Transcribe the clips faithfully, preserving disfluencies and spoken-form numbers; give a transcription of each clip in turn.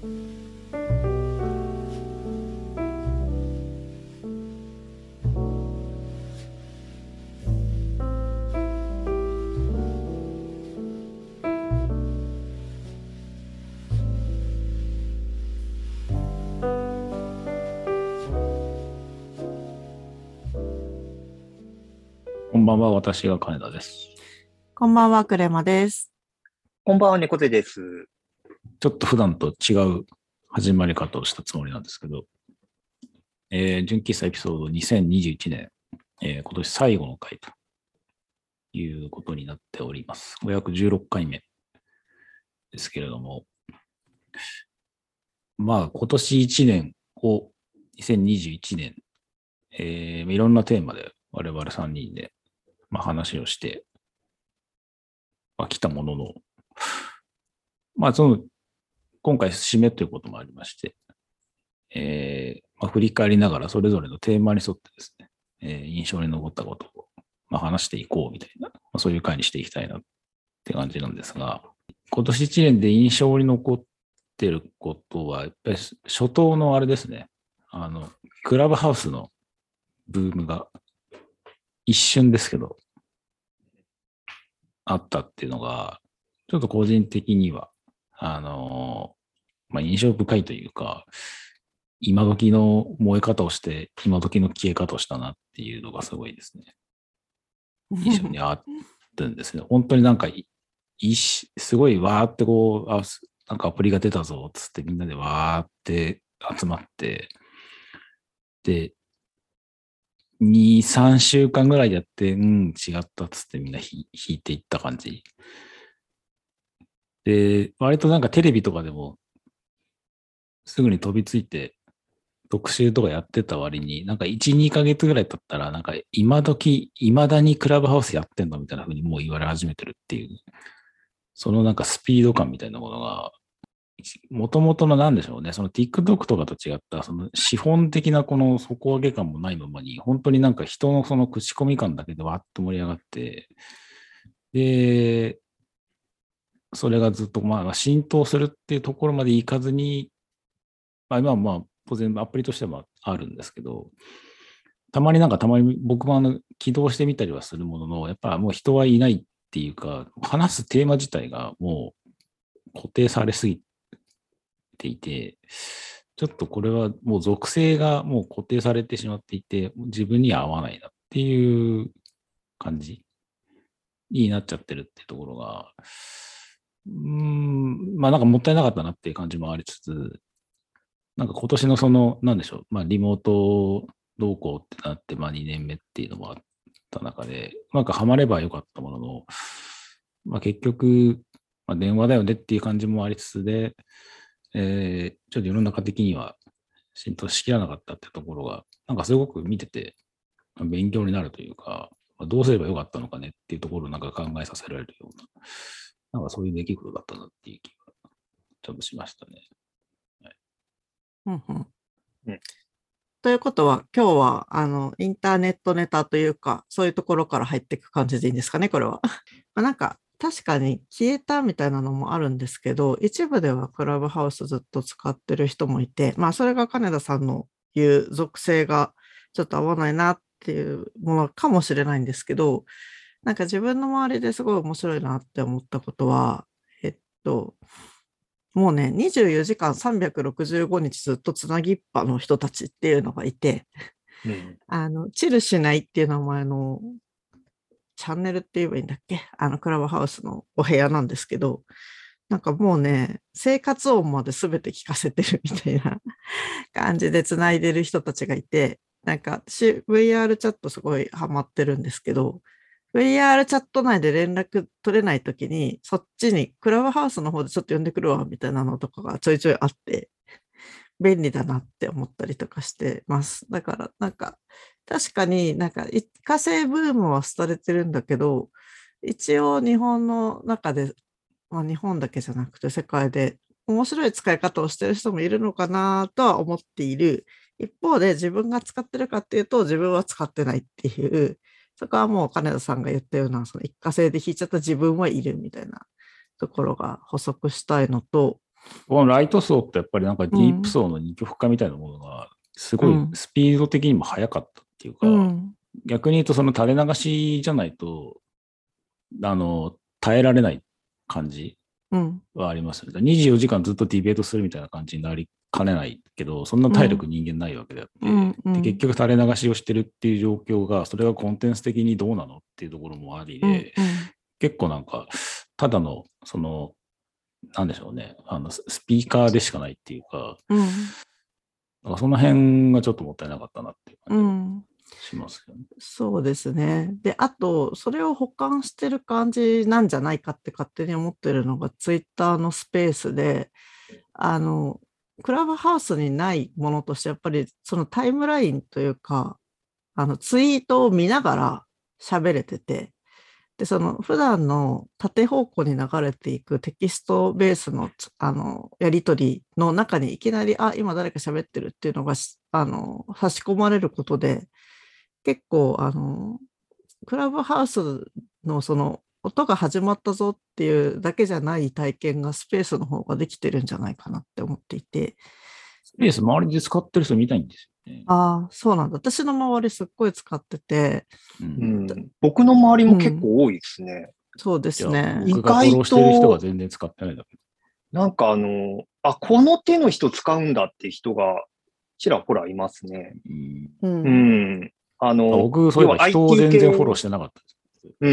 こんばんは、私が金田です。 こんばんは、クレマです。 こんばんは、猫背です。 ちょっと普段と違う始まり方をしたつもりなんですけど、えー、純喫茶エピソードにせんにじゅういちねん、えー、今年最後の回ということになっております。ごひゃくじゅうろっかいめですけれども、まあ今年いちねんをにせんにじゅういちねん、えー、いろんなテーマで我々さんにんで、まあ、話をして、まあ、来たものの、まあその今回締めということもありまして、えーまあ、振り返りながらそれぞれのテーマに沿ってですね、えー、印象に残ったことを、まあ、話していこうみたいな、まあ、そういう回にしていきたいなって感じなんですが、今年いちねんで印象に残ってることは、やっぱり初頭のあれですね、あの、クラブハウスのブームが一瞬ですけど、あったっていうのが、ちょっと個人的には、あの、まあ、印象深いというか、今時の燃え方をして、今時の消え方をしたなっていうのがすごいですね。印象にあったんですね。本当になんかい、いしすごいわーってこう、あ、なんかアプリが出たぞ、つってみんなでわーって集まって、で、に、さんしゅうかんぐらいやって、うん、違ったっつってみんな引いていった感じ。で、割となんかテレビとかでも、すぐに飛びついて、特集とかやってた割に、なんかいち、にかげつぐらい経ったら、なんか今時、未だにクラブハウスやってんのみたいな風にもう言われ始めてるっていう、そのなんかスピード感みたいなものが、もともとのなんでしょうね、その TikTok とかと違った、その資本的なこの底上げ感もないままに、本当になんか人のその口コミ感だけでわーっと盛り上がって、で、それがずっとまあ浸透するっていうところまでいかずに、まあ今はまあ当然アプリとしてはあるんですけど、たまになんかたまに僕もあの起動してみたりはするものの、やっぱもう人はいないっていうか、話すテーマ自体がもう固定されすぎていて、ちょっとこれはもう属性がもう固定されてしまっていて、自分には合わないなっていう感じになっちゃってるっていうところが、うーん、まあなんかもったいなかったなっていう感じもありつつ、なんか今年のその、なんでしょう、まあリモート同行ってなって、まあにねんめっていうのもあった中で、なんかハマればよかったものの、まあ結局、まあ、電話だよねっていう感じもありつつで、えー、ちょっと世の中的には浸透しきらなかったってところが、なんかすごく見てて勉強になるというか、まあ、どうすればよかったのかねっていうところをなんか考えさせられるような、なんかそういう出来事だったなっていう気がちょっとしましたね。はい、 うんうんうん、ということは、今日はあのインターネットネタというか、そういうところから入っていく感じでいいんですかね、これは。まあなんか、確かに消えたみたいなのもあるんですけど、一部ではクラブハウスずっと使ってる人もいて、まあそれが金田さんの言う属性がちょっと合わないなっていうものかもしれないんですけど、なんか自分の周りですごい面白いなって思ったことは、えっと、もうね、にじゅうよじかんさんびゃくろくじゅうごにちずっとつなぎっぱの人たちっていうのがいて、うん、あの、チルしないっていう名前のチャンネルって言えばいいんだっけ、あの、クラブハウスのお部屋なんですけど、なんかもうね、生活音まで全て聞かせてるみたいな感じでつないでる人たちがいて、なんか私 ブイアール チャットすごいハマってるんですけど、ブイアール チャット内で連絡取れないときに、そっちにクラブハウスの方でちょっと呼んでくるわみたいなのとかがちょいちょいあって、便利だなって思ったりとかしてます。だからなんか、確かになんか一過性ブームは廃れてるんだけど、一応日本の中で、まあ、日本だけじゃなくて世界で面白い使い方をしてる人もいるのかなとは思っている。一方で自分が使ってるかっていうと自分は使ってないっていう、そこはもう金田さんが言ったような、その一過性で引いちゃった自分はいるみたいなところが補足したいのと、 このライト層ってやっぱりなんかディープ層の二極化みたいなものが、すごいスピード的にも速かったっていうか、 うん、 逆に言うとその垂れ流しじゃないと、あの、耐えられない感じはありますよね。にじゅうよじかんずっとディベートするみたいな感じになりかねないけど、そんな体力人間ないわけであって、 うんうん、 で結局垂れ流しをしてるっていう状況が、それがコンテンツ的にどうなのっていうところもありで、 うんうん、 結構なんか、ただの、その、なんでしょうね、あの、スピーカーでしかないっていうか、 うん、 なんかその辺がちょっともったいなかったなっていうう感じん、 がしますよね。 そうですね。で、あと、それを補完してる感じなんじゃないかって勝手に思ってるのが、ツイッターのスペースで、あの、クラブハウスにないものとして、やっぱりそのタイムラインというか、あの、ツイートを見ながら喋れてて、で、その普段の縦方向に流れていくテキストベースの、あの、やり取りの中にいきなり、あ、今誰か喋ってるっていうのが、あの、差し込まれることで、結構、あの、クラブハウスのその音が始まったぞっていうだけじゃない体験がスペースの方ができてるんじゃないかなって思っていて。 スペース周りで使ってる人見たいんですよね。 ああ、そうなんだ。私の周りすっごい使ってて。 うん、僕の周りも結構多いですね。うん、 そうですね。 僕がフォローしてる人が全然使ってないだけ。 なんかあの、あ、この手の人使うんだって人がちらほらいますね。うん。うん、あの、 僕、そういえば人を全然フォローしてなかったです。 うん、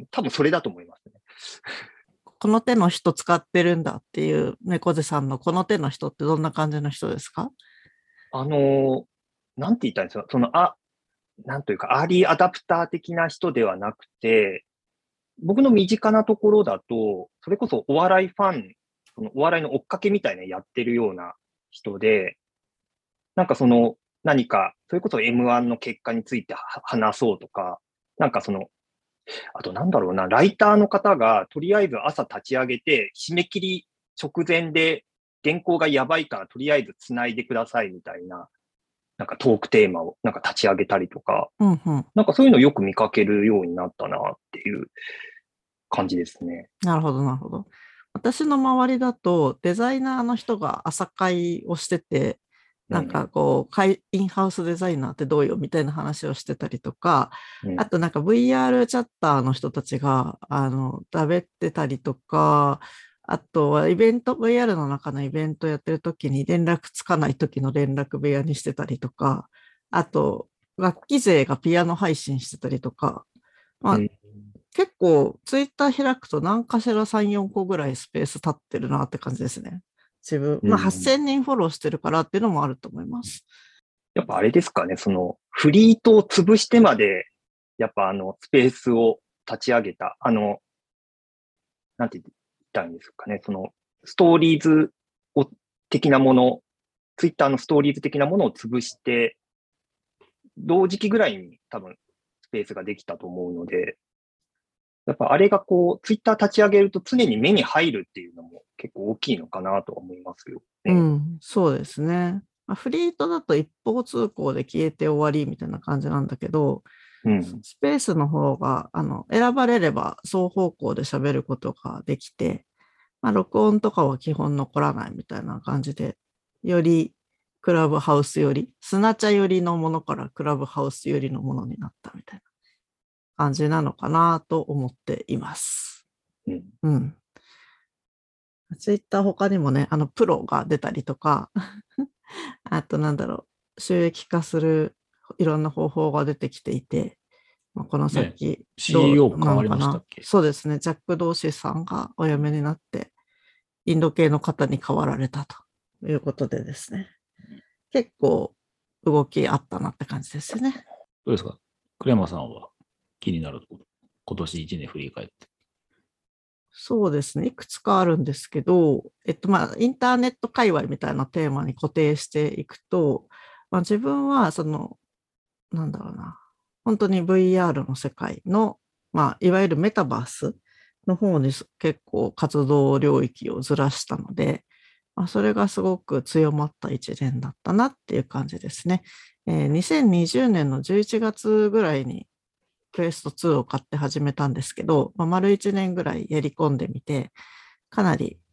多分それだと思いますね。 この手の人使ってるんだっていう猫背さんのこの手の人ってどんな感じの人ですか？ あの、なんて言ったらいいんですか、その、あ、なんというか、アーリーアダプター的な人ではなくて、僕の身近なところだと、それこそお笑いファン、そのお笑いの追っかけみたいなやってるような人で、なんかその何か、それこそ エムワン の結果について話そうとか、なんかその、あとなんだろうな、ライターの方がとりあえず朝立ち上げて、締め切り直前で原稿がやばいからとりあえず繋いでくださいみたいな、なんかトークテーマをなんか立ち上げたりとか、 うんうん、 なんかそういうのをよく見かけるようになったなっていう感じですね。 なるほど、なるほど。私の周りだとデザイナーの人が朝会をしてて、なんかこう、インハウスデザイナーってどうよみたいな話をしてたりとか、うん、あとなんか ブイアール チャッターの人たちが、あの、食べてたりとか、あとはイベント、ブイアール の中のイベントやってる時に連絡つかない時の連絡部屋にしてたりとか、あと、楽器勢がピアノ配信してたりとか、まあ、うん結構、ツイッター開くと何かしらさん、よんこぐらいスペース立ってるなって感じですね。自分。まあ、はっせんにんフォローしてるからっていうのもあると思います。 やっぱあれですかね、その、フリートを潰してまで、やっぱあの、スペースを立ち上げた、あの、なんて言ったらいいんですかね、その、ストーリーズを的なもの、ツイッターのストーリーズ的なものを潰して、同時期ぐらいに多分、スペースができたと思うので、やっぱあれがこう、ツイッター立ち上げると常に目に入るっていうのも結構大きいのかなと思いますよ、 ね。うん、そうですね。まあ、フリートだと一方通行で消えて終わりみたいな感じなんだけど、うん、スペースの方が、あの、選ばれれば双方向で喋ることができて、まあ、録音とかは基本残らないみたいな感じで、よりクラブハウスより、スナチャよりのものからクラブハウスよりのものになったみたいな感じなのかなと思っています。うん。うん。ツイッター他にもね、あの、プロが出たりとか、あとなんだろう、収益化するいろんな方法が出てきていて、まあ、この先、 ね、シーイーオー 変わりましたっけ？ そうですね、ジャック・ドーシーさんがお辞めになって、インド系の方に変わられたということでですね、結構動きあったなって感じですよね。 どうですか？栗山さんは気になること、今年いちねん振り返って。 そうですね。いくつかあるんですけど、えっと、まあ、インターネット界隈みたいなテーマに固定していくと、まあ、自分は、その、なんだろうな、本当に ブイアール の世界の、まあ、いわゆるメタバースの方に結構活動領域をずらしたので、まあ、それがすごく強まった一年だったなっていう感じですね。えー、にせんにじゅうねんのじゅういちがつぐらいにクエストツーを買って始めたんですけど、まあ、丸いちねんぐらいやり込んでみて、かなり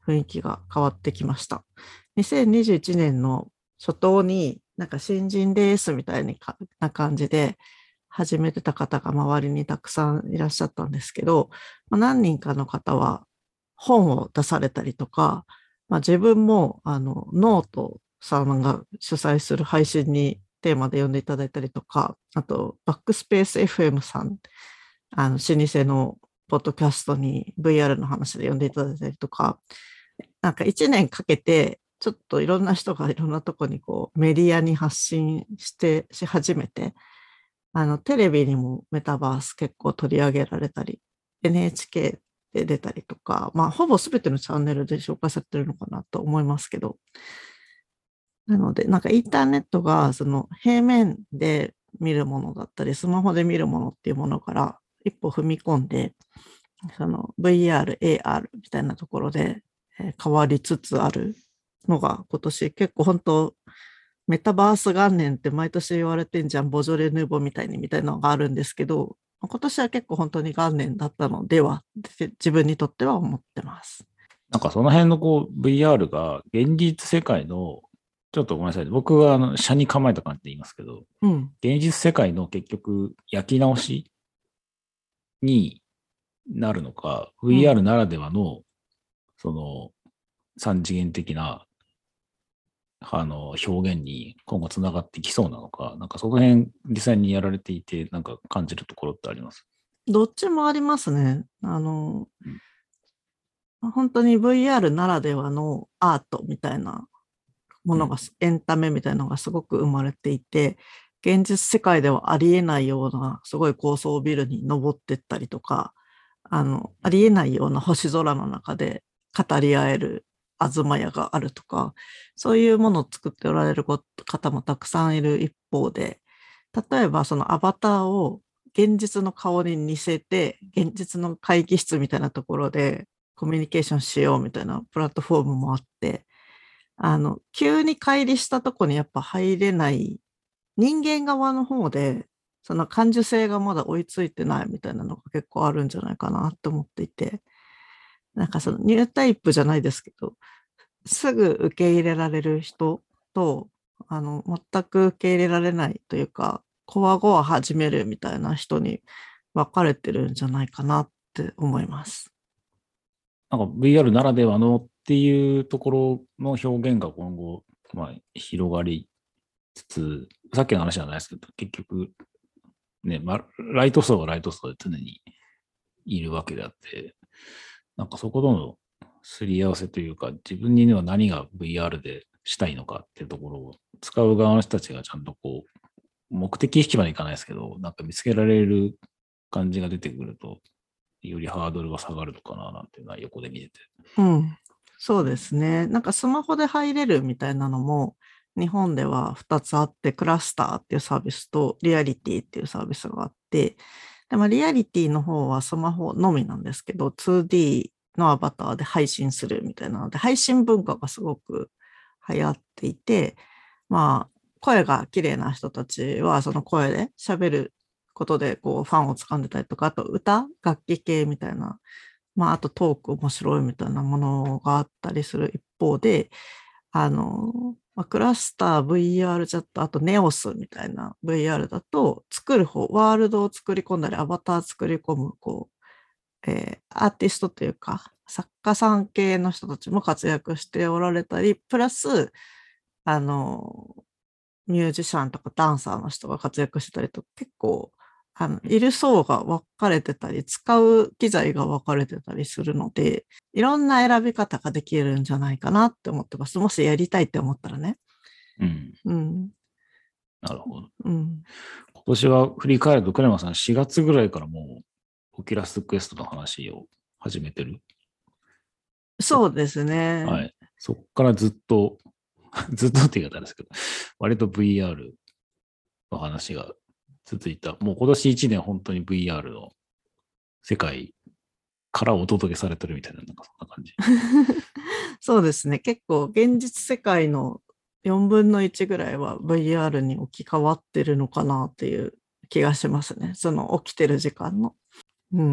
雰囲気が変わってきました。にせんにじゅういちねんの初頭になんか新人ですみたいな感じで始めてた方が周りにたくさんいらっしゃったんですけど、まあ、何人かの方は本を出されたりとか、まあ、自分もあのノートさんが主催する配信にテーマで呼んでいただいたりとか、あとバックスペース エフエム さん、あの老舗のポッドキャストに ブイアール の話で呼んでいただいたりとか、なんかいちねんかけてちょっといろんな人がいろんなとこにこうメディアに発信してし始めて、あのテレビにもメタバース結構取り上げられたり、エヌエイチケー で出たりとか、まあほぼ全てのチャンネルで紹介されてるのかなと思いますけど、なのでなんかインターネットがその平面で見るものだったり、スマホで見るものっていうものから一歩踏み込んで、その ブイアール、エーアール みたいなところで変わりつつあるのが今年結構本当メタバース元年って毎年言われてんじゃん、ボジョレ・ヌーボーみたいにみたいなのがあるんですけど、今年は結構本当に元年だったのではって自分にとっては思ってます。 なんかその辺のこう ブイアール が現実世界の、ちょっとごめんなさい。僕はあの、車に構えた感じで言いますけど、 うん、 現実世界の結局焼き直しになるのか、ブイアール ならではの、その三次元的なあの表現に今後つながってきそうなのか、なんかその辺実際にやられていて、なんか感じるところってあります？ どっちもありますね。あの、うん、本当に ブイアール ならではのアートみたいなものが、うん、エンタメみたいなのがすごく生まれていて、現実世界ではありえないようなすごい高層ビルに登ってったりとか、あの、ありえないような星空の中で語り合える東屋があるとか、そういうものを作っておられる方もたくさんいる一方で、例えばそのアバターを現実の顔に似せて、現実の会議室みたいなところでコミュニケーションしようみたいなプラットフォームもあって、あの、急に乖離したとこにやっぱ入れない人間側の方で、その感受性がまだ追いついてないみたいなのが結構あるんじゃないかなって思っていて、なんかそのニュータイプじゃないですけど、すぐ受け入れられる人と、あの、全く受け入れられないというか、こわごわ始めるみたいな人に分かれてるんじゃないかなって思います。 なんか ブイアール ならではのっていうところの表現が今後、まあ、広がりつつ、さっきの話じゃないですけど、結局、ね、まあ、ライト層はライト層で常にいるわけであって、なんかそことのすり合わせというか、自分には何が ブイアール でしたいのかっていうところを使う側の人たちがちゃんとこう、目的意識までいかないですけど、なんか見つけられる感じが出てくると、よりハードルが下がるのかななんていうのは横で見てて。 うん、そうですね。なんかスマホで入れるみたいなのも、日本ではふたつあって、クラスターっていうサービスとリアリティっていうサービスがあって、でもリアリティの方はスマホのみなんですけど、ツーディー のアバターで配信するみたいなので、配信文化がすごく流行っていて、まあ、声が綺麗な人たちはその声で喋ることでこうファンを掴んでたりとか、あと歌、楽器系みたいな、まあ、あとトーク面白いみたいなものがあったりする一方で、あの、まあ、クラスター、ブイアール チャット、あとネオスみたいな ブイアール だと、作る方、ワールドを作り込んだり、アバター作り込む、こう、えー、アーティストというか、作家さん系の人たちも活躍しておられたり、プラス、あの、ミュージシャンとかダンサーの人が活躍してたりと、結構、あの、いる層が分かれてたり、使う機材が分かれてたりするので、いろんな選び方ができるんじゃないかなって思ってます。もしやりたいって思ったらね。 うん。 うん。 なるほど。 うん。 今年は振り返ると、クレマさんしがつぐらいからもう、オキュラスクエストの話を始めてる？ そうですね。 はい。そっからずっと、ずっとって言い方ですけど、割と ブイアール の話が続いた。もう今年いちねん本当に ブイアール の世界からお届けされてるみたいな、なんかそんな感じ。 そうですね。結構現実世界のよんぶんのいちぐらいは ブイアール に置き換わってるのかなっていう気がしますね。その起きてる時間の。うん。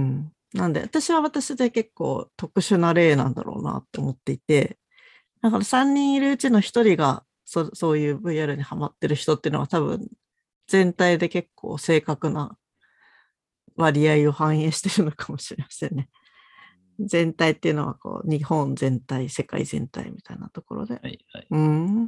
なんで、私は私で結構特殊な例なんだろうなって思っていて、だからさんにんいるうちのひとりがそ、そういう ブイアール にハマってる人っていうのは多分全体で結構正確な割合を反映してるのかもしれませんね。全体っていうのはこう日本全体、世界全体みたいなところで。 はいはい。 うん。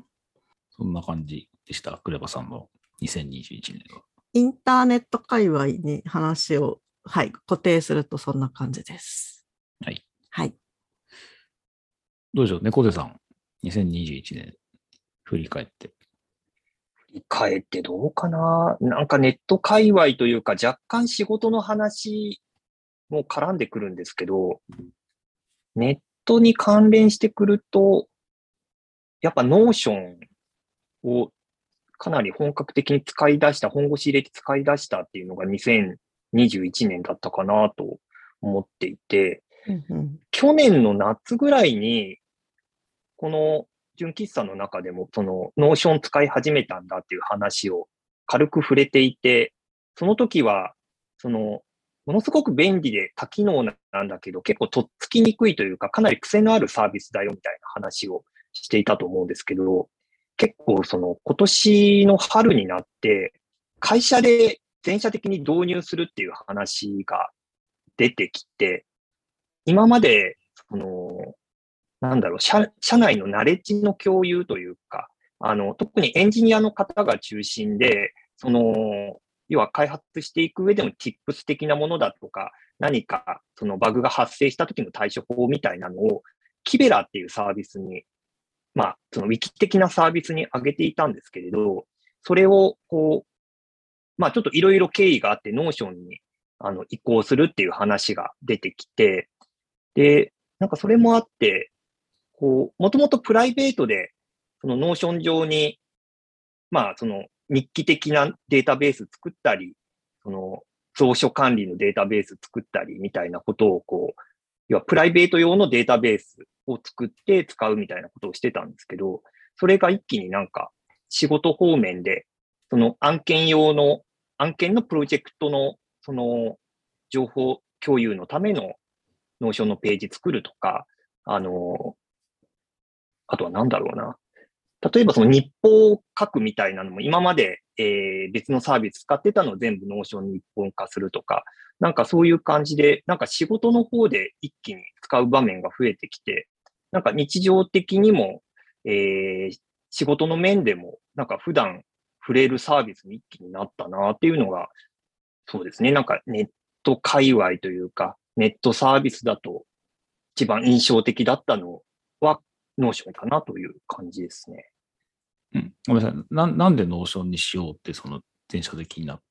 そんな感じでした、クレバさんのにせんにじゅういちねんは。 インターネット界隈に話を、はい、固定するとそんな感じです。 はい。 はい。 どうでしょう、猫背さん、にせんにじゅういちねん振り返って。 振り返ってどうかな。なんかネット界隈というか、若干仕事の話も絡んでくるんですけど、ネットに関連してくると、やっぱノーションをかなり本格的に使い出した、本腰入れて使い出したっていうのがにせんにじゅういちねんだったかなと思っていて、 うんうん、 去年の夏ぐらいに、この純喫茶の中でも、そのノーション使い始めたんだっていう話を軽く触れていて、その時は、その、ものすごく便利で多機能なんだけど、結構とっつきにくいというか、かなり癖のあるサービスだよみたいな話をしていたと思うんですけど、結構その今年の春になって、会社で全社的に導入するっていう話が出てきて、今まで、その、なんだろう、社、社内のナレッジの共有というか、あの、特にエンジニアの方が中心で、その、要は開発していく上での tips 的なものだとか、何かそのバグが発生した時の対処法みたいなのを、キベラっていうサービスに、まあ、そのウィキ的なサービスに上げていたんですけれど、それを、こう、まあ、ちょっといろいろ経緯があって、ノーションに、あの、移行するっていう話が出てきて、で、なんかそれもあって、こう、もともとプライベートで、そのノーション上に、まあ、その日記的なデータベース作ったり、その蔵書管理のデータベース作ったりみたいなことを、こう、要はプライベート用のデータベースを作って使うみたいなことをしてたんですけど、それが一気になんか仕事方面で、その案件用の、案件のプロジェクトの、その情報共有のためのノーションのページ作るとか、あの、あとは何だろうな。例えばその日報を書くみたいなのも今まで、えー別のサービス使ってたのを全部ノーションに一本化するとか、なんかそういう感じで、なんか仕事の方で一気に使う場面が増えてきて、なんか日常的にも、えー仕事の面でも、なんか普段触れるサービスに一気になったなっていうのが、そうですね。なんかネット界隈というか、ネットサービスだと一番印象的だったのは、ノーションかなという感じですね。 うん。ごめんなさい。な、なんでノーションにしようって、その、電車的になった。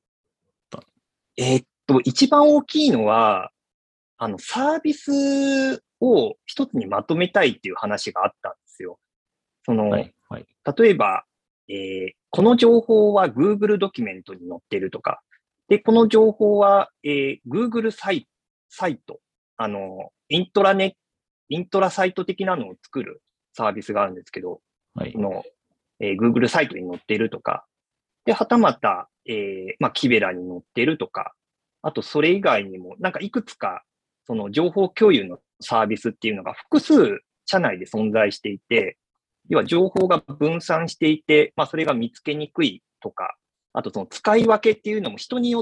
えーっと、一番大きいのは、あの、サービスを一つにまとめたいっていう話があったんですよ。その、 はい、はい。 例えば、えーこの情報は Google ドキュメントに載ってるとか、で、この情報は、えー Google サイサイト、あの、イントラネ、イントラサイト的なのを作るサービスがあるんですけど、 はい。 その、えー Google サイトに載ってるとか、で、はたまた、えーまあ、キベラに載ってるとか、あとそれ以外にも、なんかいくつか、その情報共有のサービスっていうのが複数社内で存在していて、要は情報が分散していて、まあそれが見つけにくいとか、あとその使い分けっていうのも人によって、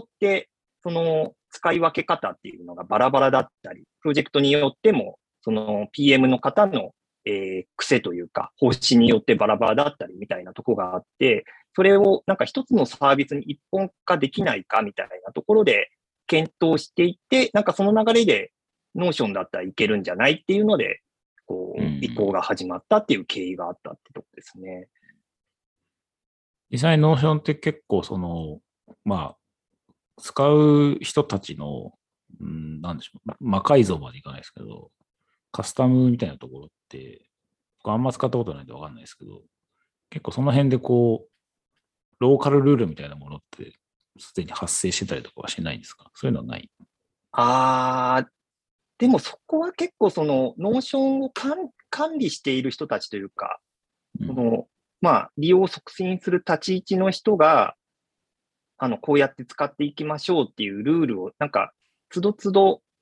その使い分け方っていうのがバラバラだったり、プロジェクトによっても、その ピーエム の方の、えー癖というか、方針によってバラバラだったりみたいなとこがあって、それをなんか一つのサービスに一本化できないかみたいなところで検討していって、なんかその流れでノーションだったらいけるんじゃないっていうので、こう、移行が始まったっていう経緯があったってとこですね。 実際ノーションって結構その、まあ、使う人たちの、うん、なんでしょう、魔改造までいかないですけど、カスタムみたいなところって、僕あんま使ったことないんでわかんないですけど、結構その辺でこう、ローカルルールみたいなものってすでに発生してたりとかはしないんですか？そういうのはない。 あー、でもそこは結構そのノーションを管管理している人たちというか、 うん、 その、まあ、利用を促進する立ち位置の人が、あの、こうやって使っていきましょうっていうルールを、なんか、つどつど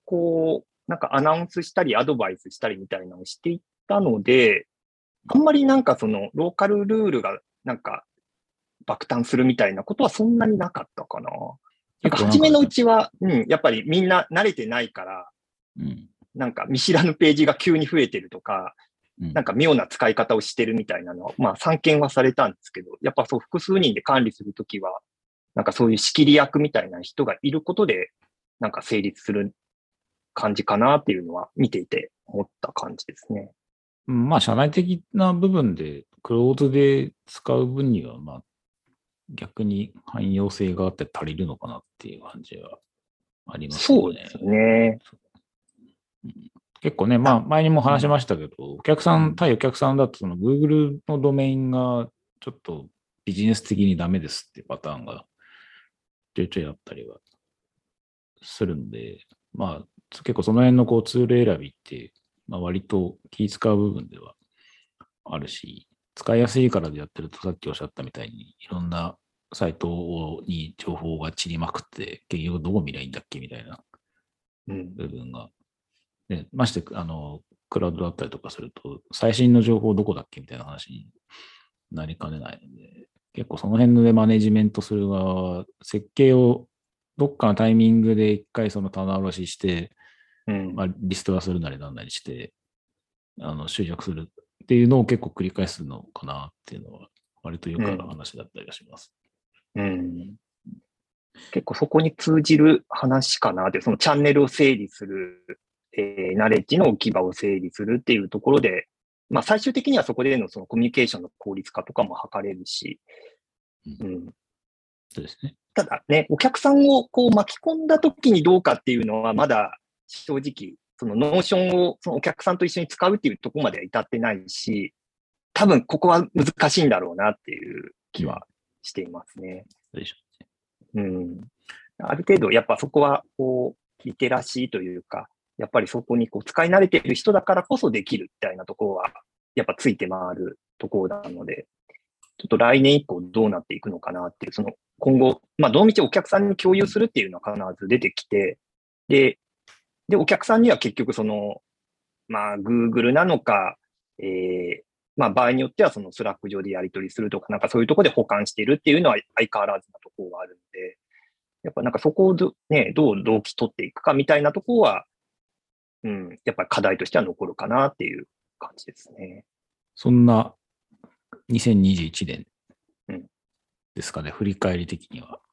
こう、なんかアナウンスしたりアドバイスしたりみたいなのをしていったので、あんまりなんかそのローカルルールがなんか爆誕するみたいなことはそんなになかったかな。なんか初めのうちは、うん、やっぱりみんな慣れてないから、うん、なんか見知らぬページが急に増えてるとか、うん、なんか妙な使い方をしてるみたいなのは、まあ散見はされたんですけど、やっぱそう複数人で管理するときは、なんかそういう仕切り役みたいな人がいることで、なんか成立する感じかなっていうのは見ていて思った感じですね。 まあ、社内的な部分で、クローズで使う分には、まあ、逆に汎用性があって足りるのかなっていう感じはありますね。 そうですね。 結構ね、まあ、前にも話しましたけど、お客さん、対お客さんだと、その Google のドメインがちょっとビジネス的にダメですっていうパターンがちょいちょいあったりはするんで、まあ、結構その辺のこうツール選びって、まあ、割と気使う部分ではあるし、使いやすいからでやってると、さっきおっしゃったみたいに、いろんなサイトに情報が散りまくって、結局どこ見りゃいいんだっけみたいな部分が、うんね、まして、あの、クラウドだったりとかすると、最新の情報どこだっけみたいな話になりかねないので、結構その辺でマネジメントする側は、設計をどっかのタイミングで一回その棚卸しして、うんまあ、リストはするなりなんなりして、あの集約するっていうのを結構繰り返すのかなっていうのは、割とよくある話だったりはします。 うん。うん、結構そこに通じる話かなって、そのチャンネルを整理する、えー、ナレッジの置き場を整理するっていうところで、まあ最終的にはそこでのそのコミュニケーションの効率化とかも図れるし、 うん。うん、そうですね。 ただね、お客さんをこう巻き込んだ時にどうかっていうのはまだ正直、そのノーションをそのお客さんと一緒に使うっていうところまでは至ってないし、多分ここは難しいんだろうなっていう気はしていますね。 うん、でしょうね。うん。ある程度やっぱそこはこう、リテラシーというか、やっぱりそこにこう使い慣れている人だからこそできるみたいなところは、やっぱついて回るところなので、ちょっと来年以降どうなっていくのかなっていう、その今後、まあ、どのみちお客さんに共有するっていうのは必ず出てきて、で、で、お客さんには結局その、まあ、Google なのか、えー、まあ、場合によってはそのスラック上でやり取りするとか、なんかそういうところで保管しているっていうのは相変わらずなところがあるので、やっぱなんかそこをど、ね、どう同期取っていくかみたいなところは、うん、やっぱり課題としては残るかなっていう感じですね。 そんなにせんにじゅういちねんですかね、うん、振り返り的には。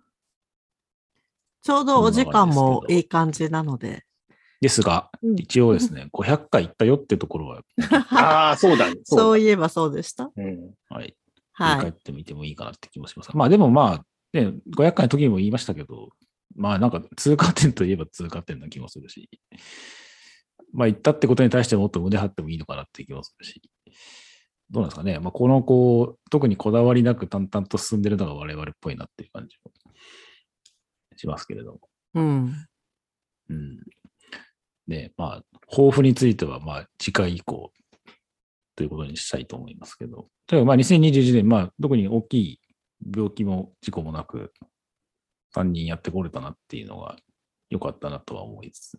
ちょうどお時間もいい感じなので。 ですが、うん、一応ですね、ごひゃっかい行ったよってところは。 ああ、そうだね。 そう, そういえばそうでした。 うん、はい。振り返ってみてもいいかなって気もします。はい、まあでもまあ、ね、ごひゃっかいの時にも言いましたけど、まあなんか通過点といえば通過点な気もするし、まあ行ったってことに対してもっと胸張ってもいいのかなって気もするし、どうなんですかね。まあこのこう、特にこだわりなく淡々と進んでるのが我々っぽいなっていう感じもしますけれども。 うん。 うん。で、まあ、抱負についてはまあ次回以降ということにしたいと思いますけど、例えばまあにせんにじゅういちねん、まあ特に大きい病気も事故もなく、さんにんやってこれたなっていうのが良かったなとは思いつつ、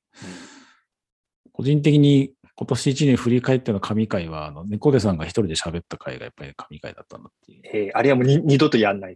個人的に今年いちねん振り返っての神回は、あの猫背さんが一人で喋った回がやっぱり神回だったなっていう。 えー、あれはもう二度とやんないです。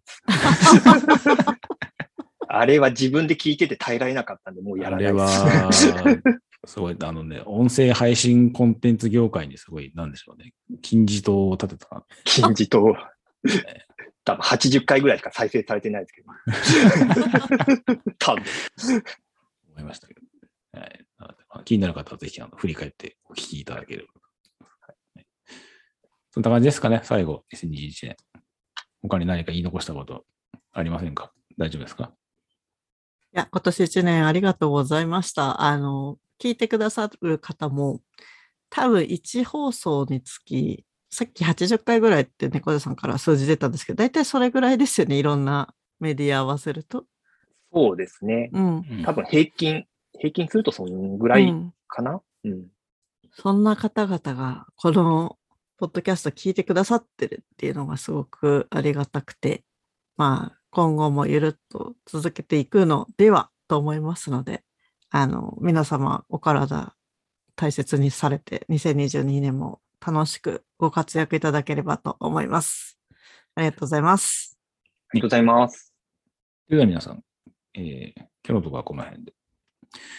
あれは自分で聞いてて耐えられなかったんで、もうやらないです。 あれは、すごい、あのね、音声配信コンテンツ業界にすごい、なんでしょうね、金字塔を立てたな。 金字塔。多分はちじゅっかいぐらいしか再生されてないですけど。多分。 思いましたけど。はい、気になる方はぜひあの振り返ってお聞きいただければ。はい、そんな感じですかね、最後、にせんにじゅういちねん。他に何か言い残したことありませんか？大丈夫ですか？ いや、今年いちねんありがとうございました。あの、聞いてくださる方も、多分いち放送につき、さっきはちじゅっかいぐらいって猫背さんから数字出たんですけど、大体それぐらいですよね、いろんなメディア合わせると。 そうですね。うん、多分平均、平均するとそのぐらいかな、うんうん、 そんな方々がこのポッドキャスト聞いてくださってるっていうのがすごくありがたくて、まあ今後もゆるっと続けていくのではと思いますので、 あの、皆様お体大切にされて、にせんにじゅうにねんも楽しくご活躍いただければと思います。ありがとうございます。 ありがとうございます。 では皆さん、えー、今日のところはこの辺で。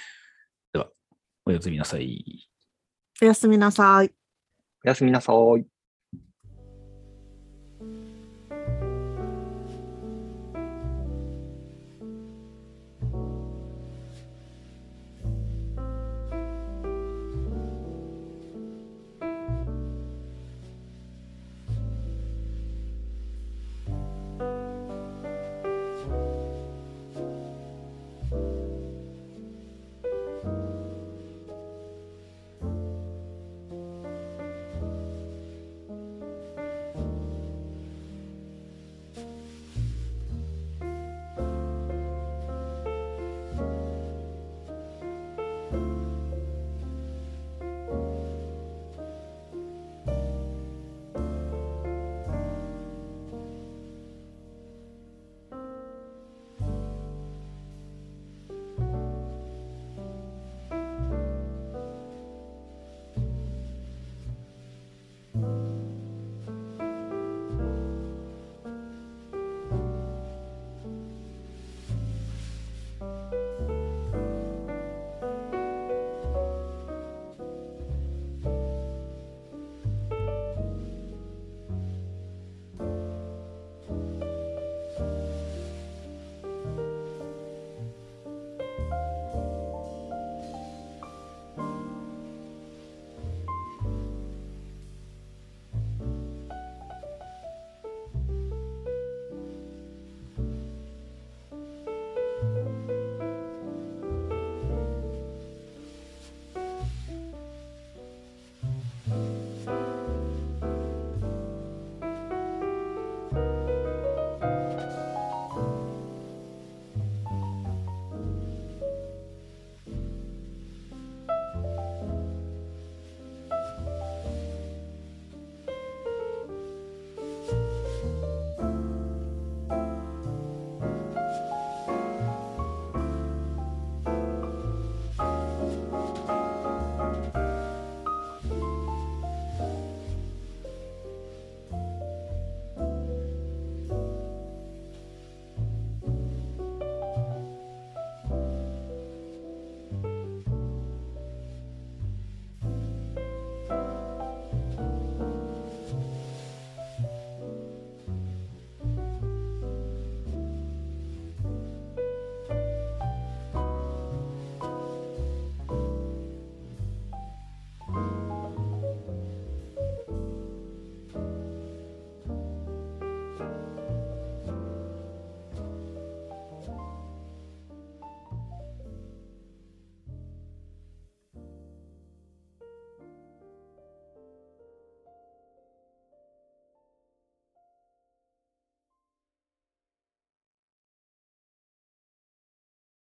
では、おやすみなさい。 おやすみなさい。 おやすみなさい。